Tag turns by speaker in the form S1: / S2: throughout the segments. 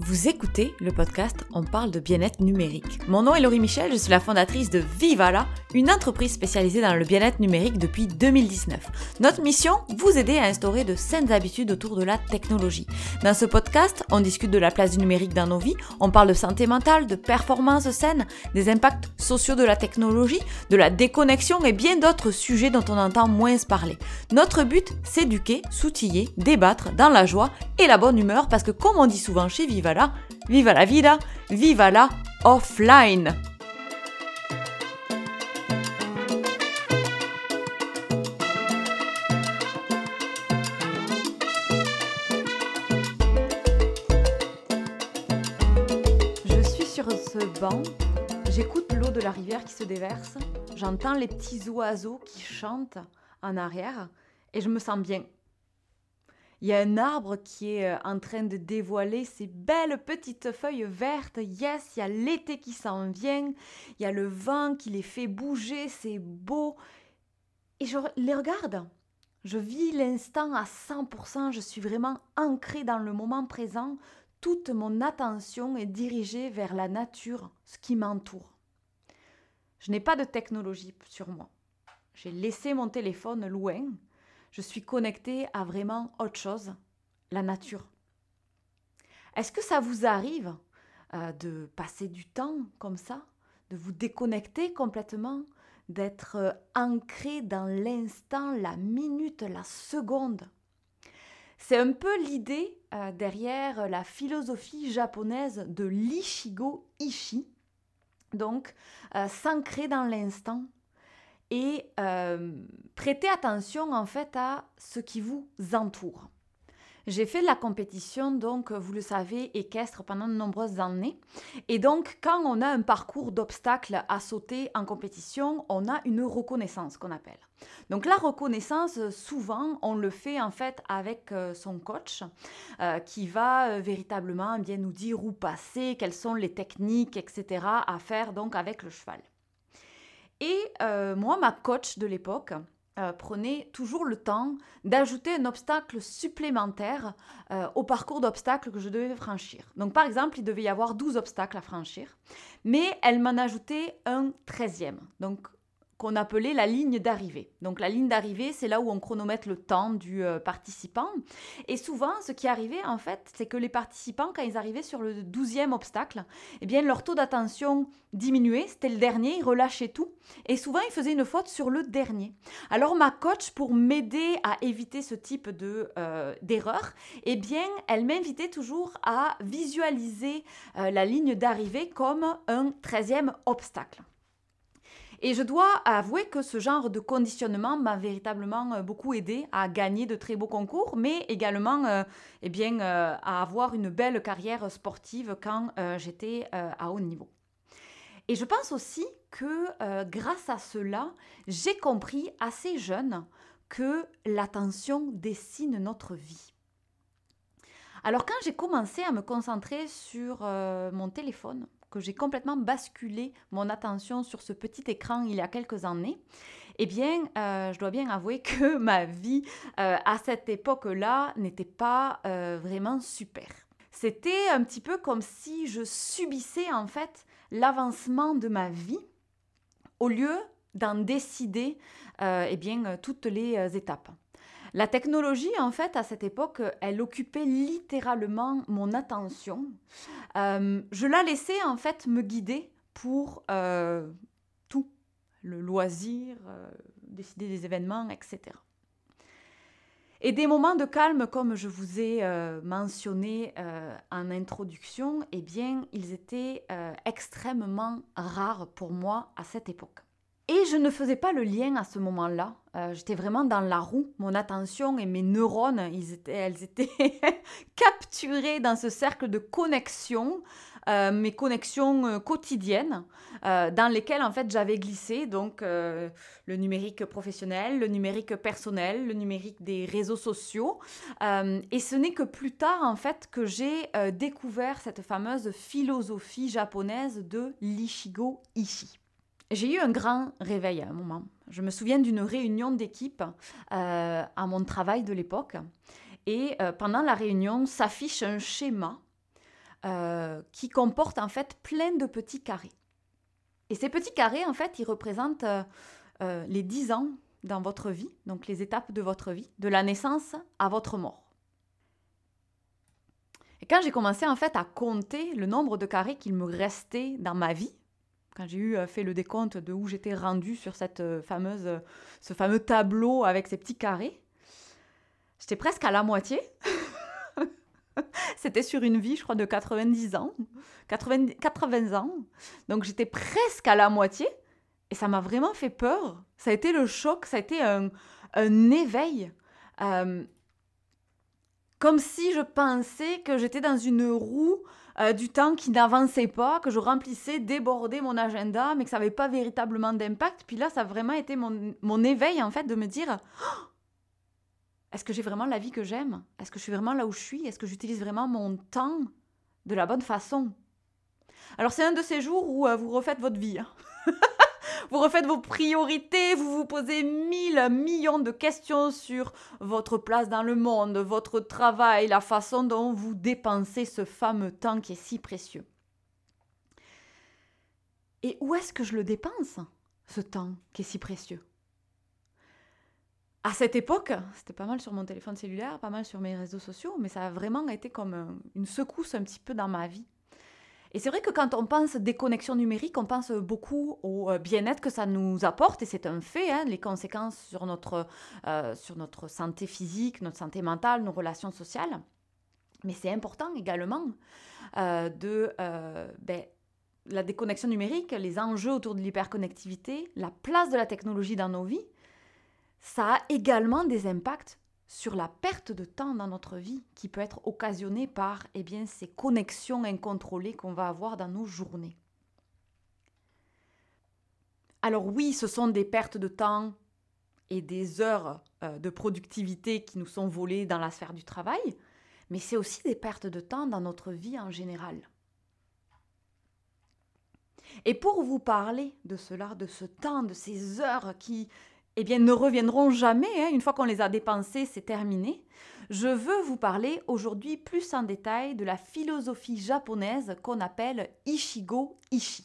S1: Vous écoutez le podcast On parle de bien-être numérique. Mon nom est Laurie Michel, je suis la fondatrice de Vivala, une entreprise spécialisée dans le bien-être numérique depuis 2019. Notre mission, vous aider à instaurer de saines habitudes autour de la technologie. Dans ce podcast, on discute de la place du numérique dans nos vies, on parle de santé mentale, de performance saine, des impacts sociaux de la technologie, de la déconnexion et bien d'autres sujets dont on entend moins parler. Notre but, s'éduquer, s'outiller, débattre dans la joie et la bonne humeur parce que comme on dit souvent chez Vivala, viva la vida, viva la offline. Je suis sur ce banc, j'écoute l'eau de la rivière qui se déverse, j'entends les petits oiseaux qui chantent en arrière et je me sens bien. Il y a un arbre qui est en train de dévoiler ses belles petites feuilles vertes. Yes, il y a l'été qui s'en vient. Il y a le vent qui les fait bouger. C'est beau. Et je les regarde. Je vis l'instant à 100%. Je suis vraiment ancrée dans le moment présent. Toute mon attention est dirigée vers la nature, ce qui m'entoure. Je n'ai pas de technologie sur moi. J'ai laissé mon téléphone loin. Je suis connectée à vraiment autre chose, la nature. Est-ce que ça vous arrive de passer du temps comme ça, de vous déconnecter complètement, d'être ancré dans l'instant, la minute, la seconde ? C'est un peu l'idée derrière la philosophie japonaise de l'Ichigo Ishi, donc s'ancrer dans l'instant, et prêtez attention en fait à ce qui vous entoure. J'ai fait de la compétition, donc vous le savez, équestre pendant de nombreuses années. Et donc quand on a un parcours d'obstacles à sauter en compétition, on a une reconnaissance qu'on appelle. Donc la reconnaissance, souvent, on le fait en fait avec son coach qui va véritablement bien nous dire où passer, quelles sont les techniques, etc. à faire donc avec le cheval. Et moi, ma coach de l'époque prenait toujours le temps d'ajouter un obstacle supplémentaire au parcours d'obstacles que je devais franchir. Donc par exemple, il devait y avoir 12 obstacles à franchir, mais elle m'en ajoutait un 13e, donc qu'on appelait la ligne d'arrivée. Donc la ligne d'arrivée, c'est là où on chronomètre le temps du participant. Et souvent, ce qui arrivait en fait, c'est que les participants, quand ils arrivaient sur le 12e obstacle, eh bien leur taux d'attention diminuait, c'était le dernier, ils relâchaient tout. Et souvent, ils faisaient une faute sur le dernier. Alors ma coach, pour m'aider à éviter ce type d'erreur, eh bien, elle m'invitait toujours à visualiser la ligne d'arrivée comme un 13e obstacle. Et je dois avouer que ce genre de conditionnement m'a véritablement beaucoup aidé à gagner de très beaux concours, mais également à avoir une belle carrière sportive quand j'étais à haut niveau. Et je pense aussi que grâce à cela, j'ai compris assez jeune que l'attention dessine notre vie. Alors quand j'ai commencé à me concentrer sur mon téléphone, que j'ai complètement basculé mon attention sur ce petit écran il y a quelques années, eh bien, je dois bien avouer que ma vie à cette époque-là n'était pas vraiment super. C'était un petit peu comme si je subissais en fait l'avancement de ma vie au lieu d'en décider toutes les étapes. La technologie, en fait, à cette époque, elle occupait littéralement mon attention. Je la laissais, en fait, me guider pour tout, le loisir, décider des événements, etc. Et des moments de calme, comme je vous ai mentionné en introduction, eh bien, ils étaient extrêmement rares pour moi à cette époque. Et je ne faisais pas le lien à ce moment-là. J'étais vraiment dans la roue. Mon attention et mes neurones, elles étaient capturées dans ce cercle de connexion, mes connexions quotidiennes, dans lesquelles en fait j'avais glissé. Donc le numérique professionnel, le numérique personnel, le numérique des réseaux sociaux. Et ce n'est que plus tard en fait que j'ai découvert cette fameuse philosophie japonaise de l'Ichigo Ishi. J'ai eu un grand réveil à un moment. Je me souviens d'une réunion d'équipe à mon travail de l'époque. Et pendant la réunion, s'affiche un schéma qui comporte en fait plein de petits carrés. Et ces petits carrés, en fait, ils représentent les 10 ans dans votre vie, donc les étapes de votre vie, de la naissance à votre mort. Et quand j'ai commencé en fait à compter le nombre de carrés qu'il me restait dans ma vie, quand j'ai fait le décompte de où j'étais rendue sur ce fameux tableau avec ces petits carrés, j'étais presque à la moitié. C'était sur une vie, je crois, de 90 ans, 80 ans. Donc j'étais presque à la moitié et ça m'a vraiment fait peur. Ça a été le choc, ça a été un éveil. Comme si je pensais que j'étais dans une roue du temps qui n'avançait pas, que je remplissais, débordais mon agenda, mais que ça n'avait pas véritablement d'impact. Puis là, ça a vraiment été mon éveil, en fait, de me dire oh, est-ce que j'ai vraiment la vie que j'aime? Est-ce que je suis vraiment là où je suis? Est-ce que j'utilise vraiment mon temps de la bonne façon? Alors, c'est un de ces jours où vous refaites votre vie. Vous refaites vos priorités, vous vous posez 1000 millions de questions sur votre place dans le monde, votre travail, la façon dont vous dépensez ce fameux temps qui est si précieux. Et où est-ce que je le dépense, ce temps qui est si précieux? À cette époque, c'était pas mal sur mon téléphone cellulaire, pas mal sur mes réseaux sociaux, mais ça a vraiment été comme une secousse un petit peu dans ma vie. Et c'est vrai que quand on pense déconnexion numérique, on pense beaucoup au bien-être que ça nous apporte, et c'est un fait, hein, les conséquences sur notre santé physique, notre santé mentale, nos relations sociales. Mais c'est important également la déconnexion numérique, les enjeux autour de l'hyperconnectivité, la place de la technologie dans nos vies, ça a également des impacts sur la perte de temps dans notre vie qui peut être occasionnée par ces connexions incontrôlées qu'on va avoir dans nos journées. Alors oui, ce sont des pertes de temps et des heures de productivité qui nous sont volées dans la sphère du travail, mais c'est aussi des pertes de temps dans notre vie en général. Et pour vous parler de cela, de ce temps, de ces heures qui ne reviendront jamais, hein. Une fois qu'on les a dépensées, c'est terminé. Je veux vous parler aujourd'hui plus en détail de la philosophie japonaise qu'on appelle Ichigo Ishi.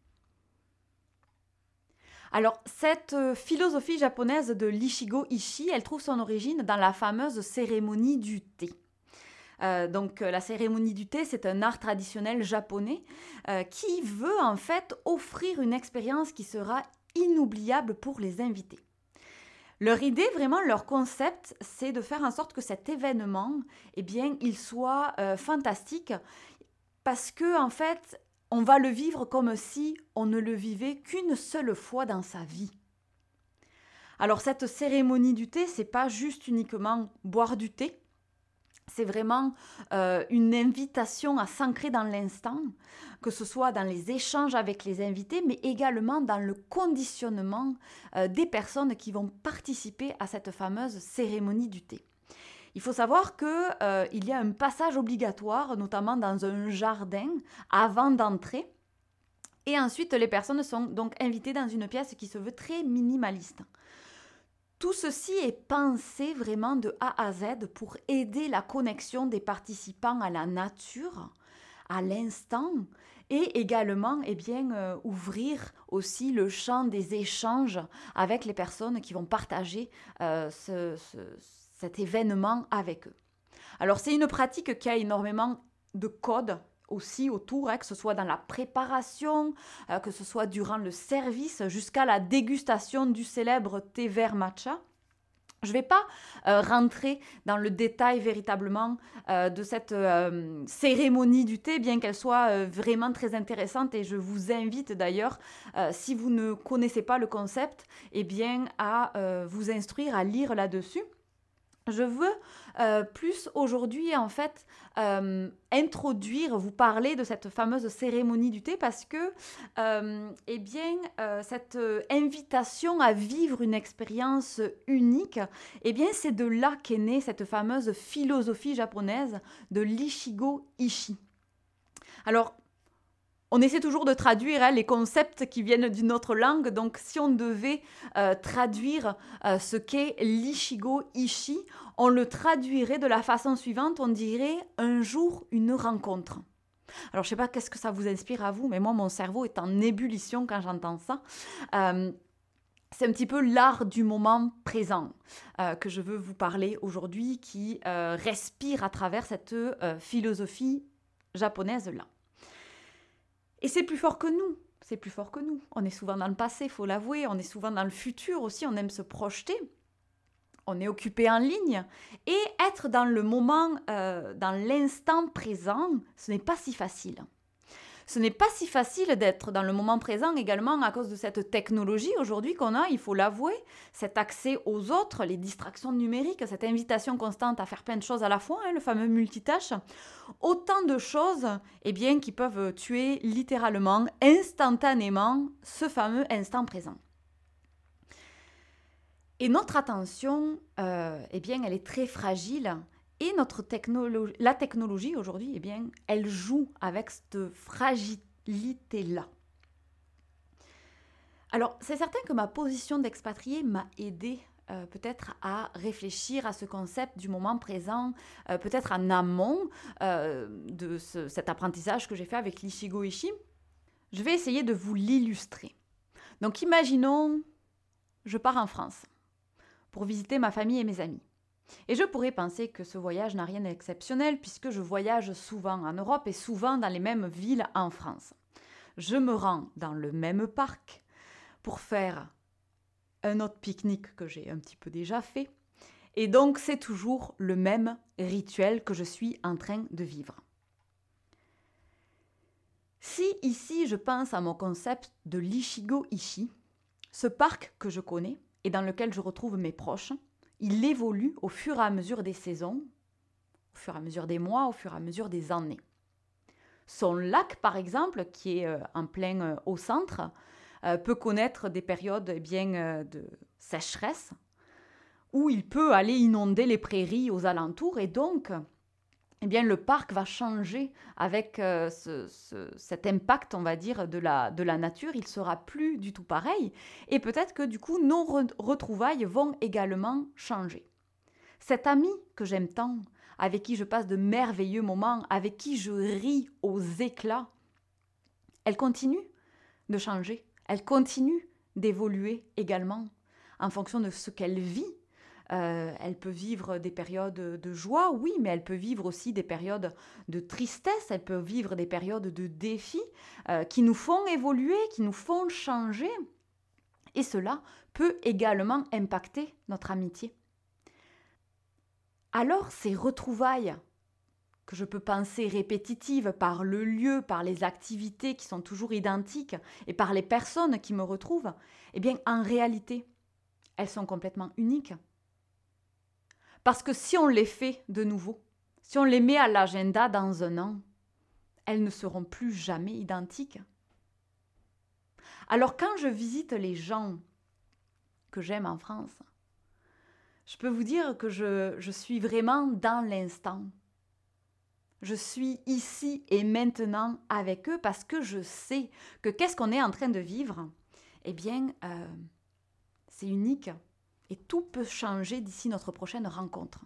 S1: Alors, cette philosophie japonaise de l'Ichigo Ishi, elle trouve son origine dans la fameuse cérémonie du thé. La cérémonie du thé, c'est un art traditionnel japonais qui veut en fait offrir une expérience qui sera inoubliable pour les invités. Leur idée, vraiment, leur concept, c'est de faire en sorte que cet événement, il soit fantastique parce que, en fait, on va le vivre comme si on ne le vivait qu'une seule fois dans sa vie. Alors, cette cérémonie du thé, c'est pas juste uniquement boire du thé, c'est vraiment une invitation à s'ancrer dans l'instant, que ce soit dans les échanges avec les invités, mais également dans le conditionnement des personnes qui vont participer à cette fameuse cérémonie du thé. Il faut savoir qu'il y a un passage obligatoire, notamment dans un jardin, avant d'entrer. Et ensuite, les personnes sont donc invitées dans une pièce qui se veut très minimaliste. Tout ceci est pensé vraiment de A à Z pour aider la connexion des participants à la nature, à l'instant, et également ouvrir aussi le champ des échanges avec les personnes qui vont partager cet événement avec eux. Alors c'est une pratique qui a énormément de codes aussi autour, que ce soit dans la préparation, que ce soit durant le service, jusqu'à la dégustation du célèbre thé vert matcha. Je ne vais pas rentrer dans le détail véritablement de cette cérémonie du thé, bien qu'elle soit vraiment très intéressante, et je vous invite d'ailleurs, si vous ne connaissez pas le concept, à vous instruire, à lire là-dessus. Je veux plus aujourd'hui en fait vous parler de cette fameuse cérémonie du thé parce que cette invitation à vivre une expérience unique, c'est de là qu'est née cette fameuse philosophie japonaise de l'Ichigo Ishi. Alors, on essaie toujours de traduire les concepts qui viennent d'une autre langue. Donc, si on devait traduire ce qu'est l'Ichigo Ishi, on le traduirait de la façon suivante. On dirait un jour une rencontre. Alors, je ne sais pas qu'est-ce que ça vous inspire à vous, mais moi, mon cerveau est en ébullition quand j'entends ça. C'est un petit peu l'art du moment présent que je veux vous parler aujourd'hui, qui respire à travers cette philosophie japonaise-là. Et c'est plus fort que nous. C'est plus fort que nous. On est souvent dans le passé, il faut l'avouer. On est souvent dans le futur aussi. On aime se projeter. On est occupé en ligne. Et être dans le moment, dans l'instant présent, ce n'est pas si facile. Ce n'est pas si facile d'être dans le moment présent également à cause de cette technologie aujourd'hui qu'on a, il faut l'avouer, cet accès aux autres, les distractions numériques, cette invitation constante à faire plein de choses à la fois, le fameux multitâche. Autant de choses qui peuvent tuer littéralement, instantanément, ce fameux instant présent. Et notre attention, elle est très fragile. Et la technologie aujourd'hui, elle joue avec cette fragilité-là. Alors, c'est certain que ma position d'expatrié m'a aidé peut-être à réfléchir à ce concept du moment présent, peut-être en amont de cet apprentissage que j'ai fait avec l'Ichigo Ishi. Je vais essayer de vous l'illustrer. Donc, imaginons, je pars en France pour visiter ma famille et mes amis. Et je pourrais penser que ce voyage n'a rien d'exceptionnel puisque je voyage souvent en Europe et souvent dans les mêmes villes en France. Je me rends dans le même parc pour faire un autre pique-nique que j'ai un petit peu déjà fait. Et donc c'est toujours le même rituel que je suis en train de vivre. Si ici je pense à mon concept de l'Ichigo Ishi, ce parc que je connais et dans lequel je retrouve mes proches, il évolue au fur et à mesure des saisons, au fur et à mesure des mois, au fur et à mesure des années. Son lac, par exemple, qui est en plein au centre, peut connaître des périodes de sécheresse, où il peut aller inonder les prairies aux alentours, et donc le parc va changer avec cet impact, on va dire, de la nature. Il sera plus du tout pareil. Et peut-être que du coup, nos retrouvailles vont également changer. Cette amie que j'aime tant, avec qui je passe de merveilleux moments, avec qui je ris aux éclats, elle continue de changer. Elle continue d'évoluer également en fonction de ce qu'elle vit. Elle peut vivre des périodes de joie, oui, mais elle peut vivre aussi des périodes de tristesse, elle peut vivre des périodes de défis qui nous font évoluer, qui nous font changer. Et cela peut également impacter notre amitié. Alors, ces retrouvailles que je peux penser répétitives par le lieu, par les activités qui sont toujours identiques et par les personnes qui me retrouvent, en réalité, elles sont complètement uniques. Parce que si on les fait de nouveau, si on les met à l'agenda dans un an, elles ne seront plus jamais identiques. Alors quand je visite les gens que j'aime en France, je peux vous dire que je suis vraiment dans l'instant. Je suis ici et maintenant avec eux parce que je sais que qu'est-ce qu'on est en train de vivre, c'est unique. Et tout peut changer d'ici notre prochaine rencontre.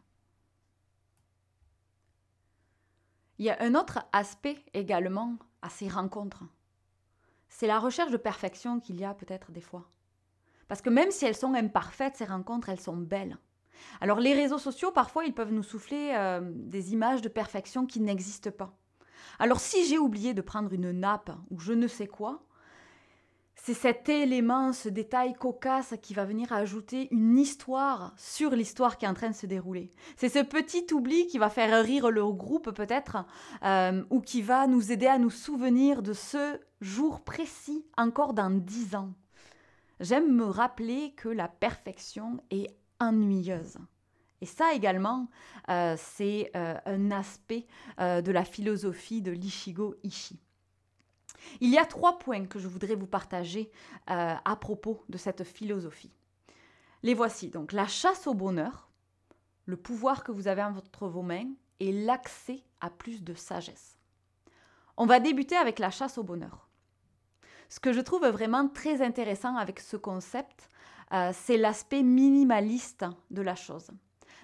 S1: Il y a un autre aspect également à ces rencontres. C'est la recherche de perfection qu'il y a peut-être des fois. Parce que même si elles sont imparfaites, ces rencontres, elles sont belles. Alors les réseaux sociaux, parfois, ils peuvent nous souffler des images de perfection qui n'existent pas. Alors si j'ai oublié de prendre une nappe ou je ne sais quoi, c'est cet élément, ce détail cocasse qui va venir ajouter une histoire sur l'histoire qui est en train de se dérouler. C'est ce petit oubli qui va faire rire le groupe peut-être, ou qui va nous aider à nous souvenir de ce jour précis encore dans 10 ans. J'aime me rappeler que la perfection est ennuyeuse. Et ça également, c'est un aspect de la philosophie de l'Ichigo Ishi. Il y a 3 points que je voudrais vous partager à propos de cette philosophie. Les voici. Donc, la chasse au bonheur, le pouvoir que vous avez entre vos mains et l'accès à plus de sagesse. On va débuter avec la chasse au bonheur. Ce que je trouve vraiment très intéressant avec ce concept, c'est l'aspect minimaliste de la chose.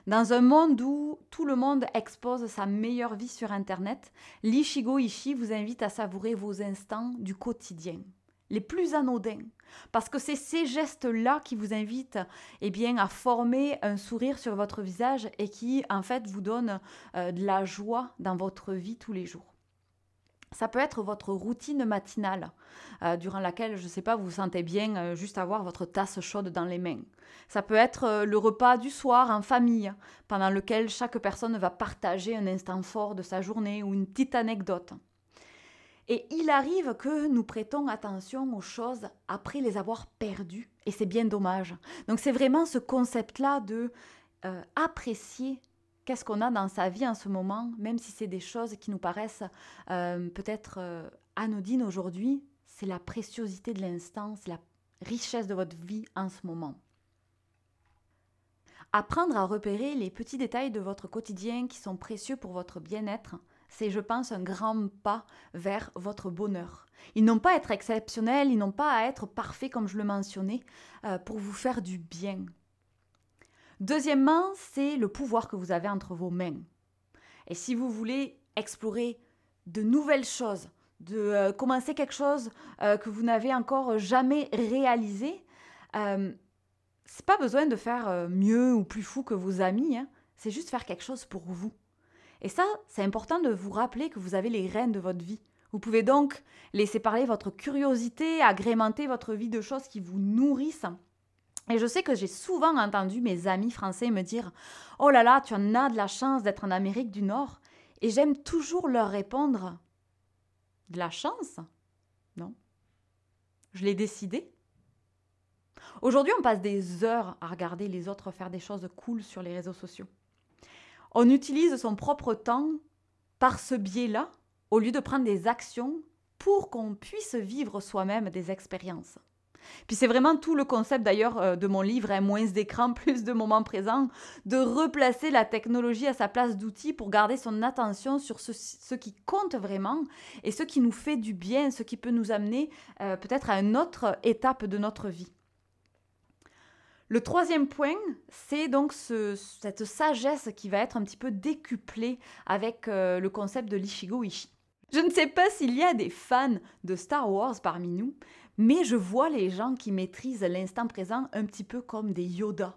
S1: Dans un monde où tout le monde expose sa meilleure vie sur Internet, l'Ichigo Ishi vous invite à savourer vos instants du quotidien, les plus anodins. Parce que c'est ces gestes-là qui vous invitent à former un sourire sur votre visage et qui, en fait, vous donnent de la joie dans votre vie tous les jours. Ça peut être votre routine matinale, durant laquelle, je ne sais pas, vous vous sentez bien juste avoir votre tasse chaude dans les mains. Ça peut être le repas du soir en famille, pendant lequel chaque personne va partager un instant fort de sa journée ou une petite anecdote. Et il arrive que nous prêtons attention aux choses après les avoir perdues, et c'est bien dommage. Donc c'est vraiment ce concept-là de apprécier qu'est-ce qu'on a dans sa vie en ce moment, même si c'est des choses qui nous paraissent peut-être anodines aujourd'hui, c'est la préciosité de l'instant, c'est la richesse de votre vie en ce moment. Apprendre à repérer les petits détails de votre quotidien qui sont précieux pour votre bien-être, c'est, je pense, un grand pas vers votre bonheur. Ils n'ont pas à être exceptionnels, ils n'ont pas à être parfaits, comme je le mentionnais, pour vous faire du bien. Deuxièmement, c'est le pouvoir que vous avez entre vos mains. Et si vous voulez explorer de nouvelles choses, de commencer quelque chose que vous n'avez encore jamais réalisé, c'est pas besoin de faire mieux ou plus fou que vos amis, c'est juste faire quelque chose pour vous. Et ça, c'est important de vous rappeler que vous avez les rênes de votre vie. Vous pouvez donc laisser parler votre curiosité, agrémenter votre vie de choses qui vous nourrissent. Et je sais que j'ai souvent entendu mes amis français me dire « Oh là là, tu en as de la chance d'être en Amérique du Nord ». Et j'aime toujours leur répondre « De la chance ? Non. Je l'ai décidé. » Aujourd'hui, on passe des heures à regarder les autres faire des choses cool sur les réseaux sociaux. On utilise son propre temps par ce biais-là, au lieu de prendre des actions pour qu'on puisse vivre soi-même des expériences. Puis c'est vraiment tout le concept d'ailleurs de mon livre, moins d'écran, plus de moments présents, de replacer la technologie à sa place d'outil pour garder son attention sur ce qui compte vraiment et ce qui nous fait du bien, ce qui peut nous amener peut-être à une autre étape de notre vie. Le troisième point, c'est donc cette sagesse qui va être un petit peu décuplée avec le concept de l'Ichigo Ishi. Je ne sais pas s'il y a des fans de Star Wars parmi nous, mais je vois les gens qui maîtrisent l'instant présent un petit peu comme des Yoda.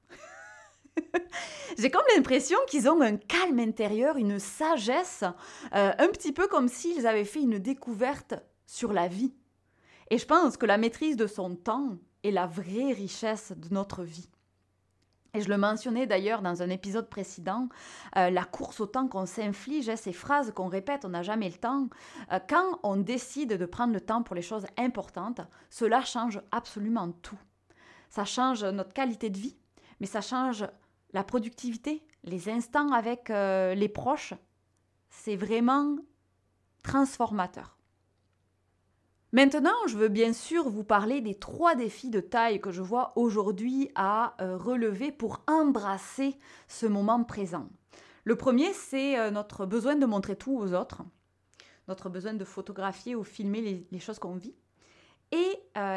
S1: J'ai comme l'impression qu'ils ont un calme intérieur, une sagesse, un petit peu comme s'ils avaient fait une découverte sur la vie. Et je pense que la maîtrise de son temps est la vraie richesse de notre vie. Et je le mentionnais d'ailleurs dans un épisode précédent, la course au temps qu'on s'inflige, ces phrases qu'on répète, on n'a jamais le temps. Quand on décide de prendre le temps pour les choses importantes, cela change absolument tout. Ça change notre qualité de vie, mais ça change la productivité, les instants avec les proches. C'est vraiment transformateur. Maintenant, je veux bien sûr vous parler des 3 défis de taille que je vois aujourd'hui à relever pour embrasser ce moment présent. Le premier, c'est notre besoin de montrer tout aux autres, notre besoin de photographier ou filmer les choses qu'on vit, et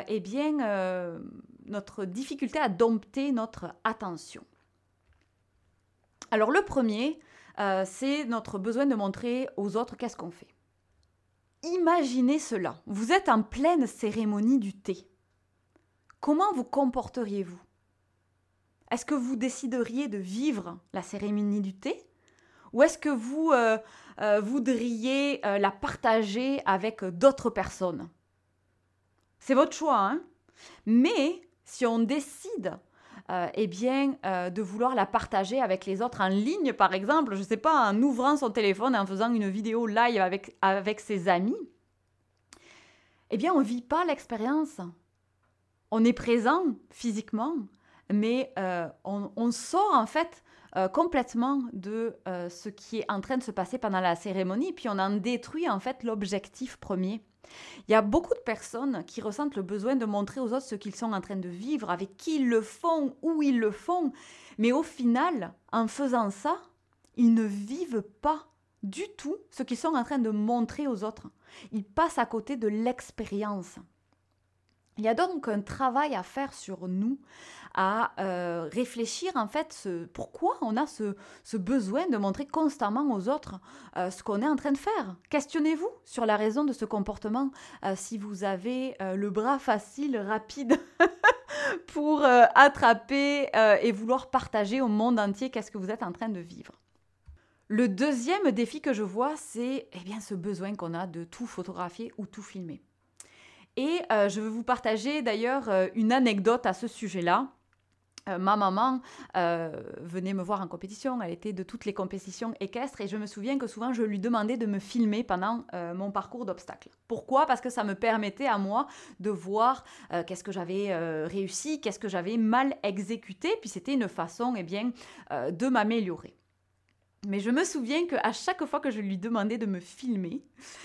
S1: notre difficulté à dompter notre attention. Alors le premier, c'est notre besoin de montrer aux autres qu'est-ce qu'on fait. Imaginez cela, vous êtes en pleine cérémonie du thé. Comment vous comporteriez-vous ? Est-ce que vous décideriez de vivre la cérémonie du thé ? Ou est-ce que vous voudriez la partager avec d'autres personnes ? C'est votre choix, hein ? Mais si on décide de vouloir la partager avec les autres en ligne, par exemple, je ne sais pas, en ouvrant son téléphone et en faisant une vidéo live avec ses amis, on ne vit pas l'expérience. On est présent physiquement, mais on sort en fait complètement de ce qui est en train de se passer pendant la cérémonie, puis on en détruit en fait l'objectif premier. Il y a beaucoup de personnes qui ressentent le besoin de montrer aux autres ce qu'ils sont en train de vivre, avec qui ils le font, où ils le font. Mais au final, en faisant ça, ils ne vivent pas du tout ce qu'ils sont en train de montrer aux autres. Ils passent à côté de l'expérience. Il y a donc un travail à faire sur nous, à réfléchir en fait pourquoi on a ce besoin de montrer constamment aux autres ce qu'on est en train de faire. Questionnez-vous sur la raison de ce comportement si vous avez le bras facile, rapide pour attraper et vouloir partager au monde entier qu'est-ce que vous êtes en train de vivre. Le deuxième défi que je vois, c'est ce besoin qu'on a de tout photographier ou tout filmer. Et je veux vous partager d'ailleurs une anecdote à ce sujet-là. Ma maman venait me voir en compétition, elle était de toutes les compétitions équestres et je me souviens que souvent je lui demandais de me filmer pendant mon parcours d'obstacles. Pourquoi ? Parce que ça me permettait à moi de voir qu'est-ce que j'avais réussi, qu'est-ce que j'avais mal exécuté, puis c'était une façon de m'améliorer. Mais je me souviens qu'à chaque fois que je lui demandais de me filmer,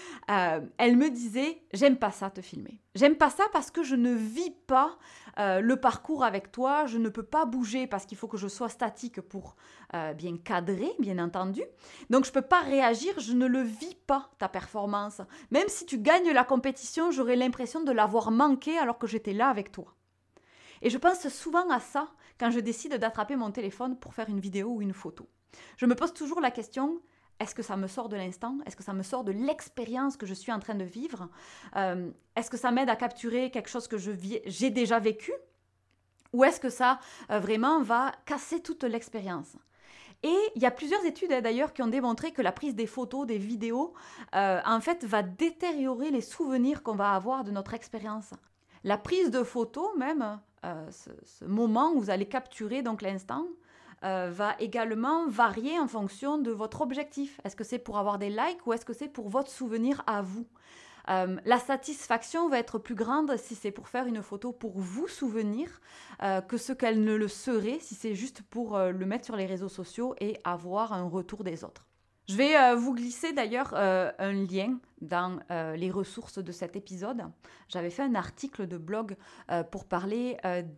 S1: elle me disait « J'aime pas ça te filmer. J'aime pas ça parce que je ne vis pas le parcours avec toi, je ne peux pas bouger parce qu'il faut que je sois statique pour bien cadrer, bien entendu. Donc je peux pas réagir, je ne le vis pas ta performance. Même si tu gagnes la compétition, j'aurais l'impression de l'avoir manqué alors que j'étais là avec toi. » Et je pense souvent à ça quand je décide d'attraper mon téléphone pour faire une vidéo ou une photo. Je me pose toujours la question, est-ce que ça me sort de l'instant ? Est-ce que ça me sort de l'expérience que je suis en train de vivre ? Est-ce que ça m'aide à capturer quelque chose que j'ai déjà vécu ? Ou est-ce que ça vraiment va casser toute l'expérience ? Et il y a plusieurs études d'ailleurs qui ont démontré que la prise des photos, des vidéos, en fait va détériorer les souvenirs qu'on va avoir de notre expérience. La prise de photos même, ce moment où vous allez capturer donc l'instant, va également varier en fonction de votre objectif. Est-ce que c'est pour avoir des likes ou est-ce que c'est pour votre souvenir à vous ? La satisfaction va être plus grande si c'est pour faire une photo pour vous souvenir que ce qu'elle ne le serait si c'est juste pour le mettre sur les réseaux sociaux et avoir un retour des autres. Je vais vous glisser d'ailleurs un lien dans les ressources de cet épisode. J'avais fait un article de blog pour parler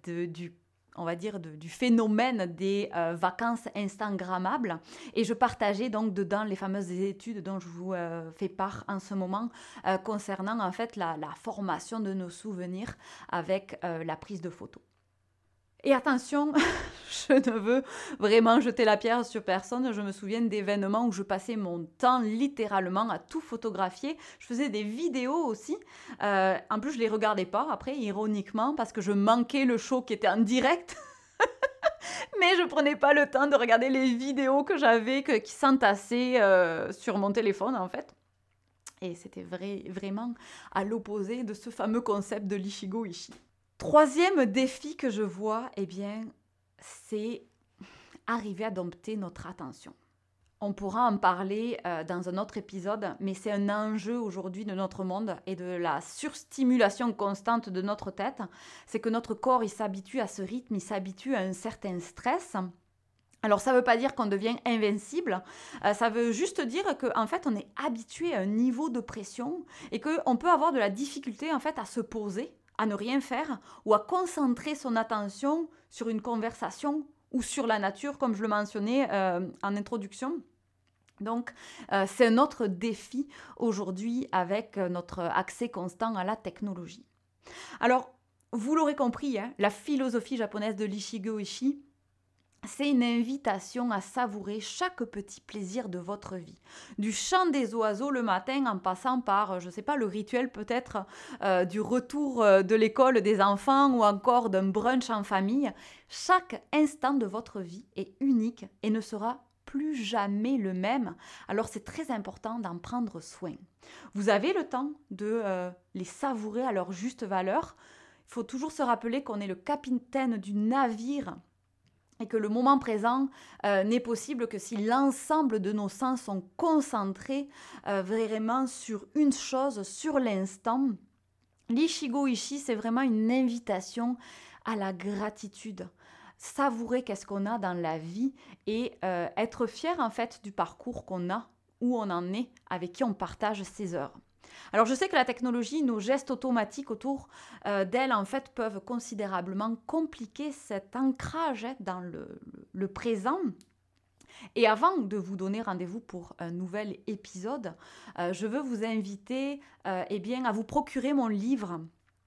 S1: du phénomène des vacances instagrammables. Et je partageais donc dedans les fameuses études dont je vous fais part en ce moment concernant en fait la formation de nos souvenirs avec la prise de photos. Et attention, je ne veux vraiment jeter la pierre sur personne. Je me souviens d'événements où je passais mon temps littéralement à tout photographier. Je faisais des vidéos aussi. En plus, je ne les regardais pas après, ironiquement, parce que je manquais le show qui était en direct. Mais je ne prenais pas le temps de regarder les vidéos que j'avais qui s'entassaient sur mon téléphone, en fait. Et c'était vraiment à l'opposé de ce fameux concept de l'Ichigo Ishi. Troisième défi que je vois, c'est arriver à dompter notre attention. On pourra en parler dans un autre épisode, mais c'est un enjeu aujourd'hui de notre monde et de la surstimulation constante de notre tête. C'est que notre corps, il s'habitue à ce rythme, il s'habitue à un certain stress. Alors, ça ne veut pas dire qu'on devient invincible, ça veut juste dire qu'en fait, on est habitué à un niveau de pression et qu'on peut avoir de la difficulté en fait à se poser, à ne rien faire ou à concentrer son attention sur une conversation ou sur la nature, comme je le mentionnais en introduction. Donc, c'est un autre défi aujourd'hui avec notre accès constant à la technologie. Alors, vous l'aurez compris, la philosophie japonaise de l'Ichigo Ishi, c'est une invitation à savourer chaque petit plaisir de votre vie. Du chant des oiseaux le matin en passant par, le rituel peut-être du retour de l'école des enfants ou encore d'un brunch en famille. Chaque instant de votre vie est unique et ne sera plus jamais le même. Alors c'est très important d'en prendre soin. Vous avez le temps de les savourer à leur juste valeur. Il faut toujours se rappeler qu'on est le capitaine du navire et que le moment présent n'est possible que si l'ensemble de nos sens sont concentrés vraiment sur une chose, sur l'instant. L'Ichigo Ishi, c'est vraiment une invitation à la gratitude. Savourer qu'est-ce qu'on a dans la vie et être fier en fait du parcours qu'on a, où on en est, avec qui on partage ces heures. Alors je sais que la technologie, nos gestes automatiques autour d'elle en fait peuvent considérablement compliquer cet ancrage dans le présent. Et avant de vous donner rendez-vous pour un nouvel épisode, je veux vous inviter à vous procurer mon livre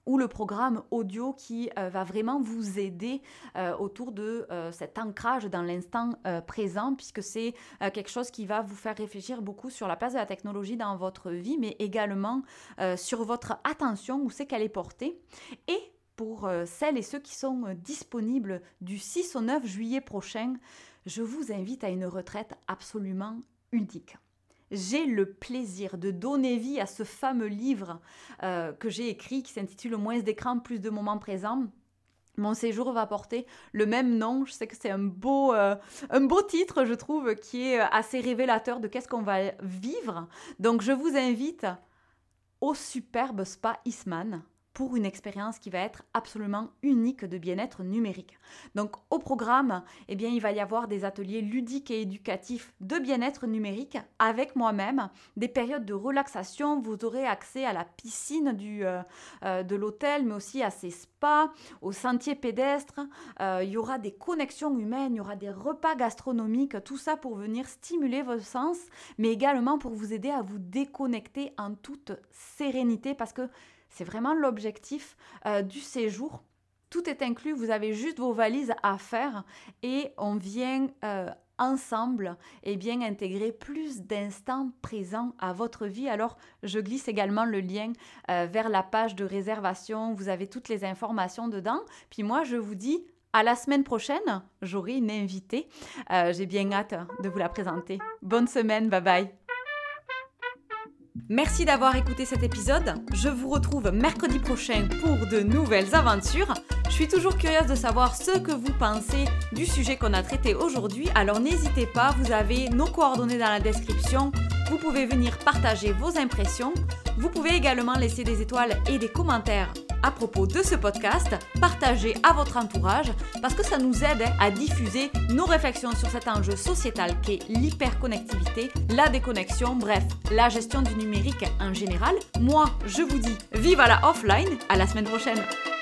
S1: ou le programme audio qui va vraiment vous aider autour de cet ancrage dans l'instant présent, puisque c'est quelque chose qui va vous faire réfléchir beaucoup sur la place de la technologie dans votre vie, mais également sur votre attention, où c'est qu'elle est portée. Et pour celles et ceux qui sont disponibles du 6 au 9 juillet prochain, je vous invite à une retraite absolument unique. J'ai le plaisir de donner vie à ce fameux livre que j'ai écrit qui s'intitule « Moins d'écran, plus de moments présents ». Mon séjour va porter le même nom. Je sais que c'est un beau titre, je trouve, qui est assez révélateur de qu'est-ce qu'on va vivre. Donc, je vous invite au superbe Spa Eastman pour une expérience qui va être absolument unique de bien-être numérique. Donc au programme, il va y avoir des ateliers ludiques et éducatifs de bien-être numérique avec moi-même, des périodes de relaxation, vous aurez accès à la piscine de l'hôtel, mais aussi à ses spas, aux sentiers pédestres, il y aura des connexions humaines, il y aura des repas gastronomiques, tout ça pour venir stimuler vos sens, mais également pour vous aider à vous déconnecter en toute sérénité, parce que c'est vraiment l'objectif du séjour. Tout est inclus, vous avez juste vos valises à faire et on vient ensemble intégrer plus d'instants présents à votre vie. Alors, je glisse également le lien vers la page de réservation. Vous avez toutes les informations dedans. Puis moi, je vous dis à la semaine prochaine. J'aurai une invitée. J'ai bien hâte de vous la présenter. Bonne semaine, bye bye. Merci d'avoir écouté cet épisode. Je vous retrouve mercredi prochain pour de nouvelles aventures. Je suis toujours curieuse de savoir ce que vous pensez du sujet qu'on a traité aujourd'hui. Alors n'hésitez pas, vous avez nos coordonnées dans la description. Vous pouvez venir partager vos impressions. Vous pouvez également laisser des étoiles et des commentaires à propos de ce podcast, partagez à votre entourage parce que ça nous aide à diffuser nos réflexions sur cet enjeu sociétal qu'est l'hyperconnectivité, la déconnexion, bref, la gestion du numérique en général. Moi, je vous dis vive à la offline, à la semaine prochaine.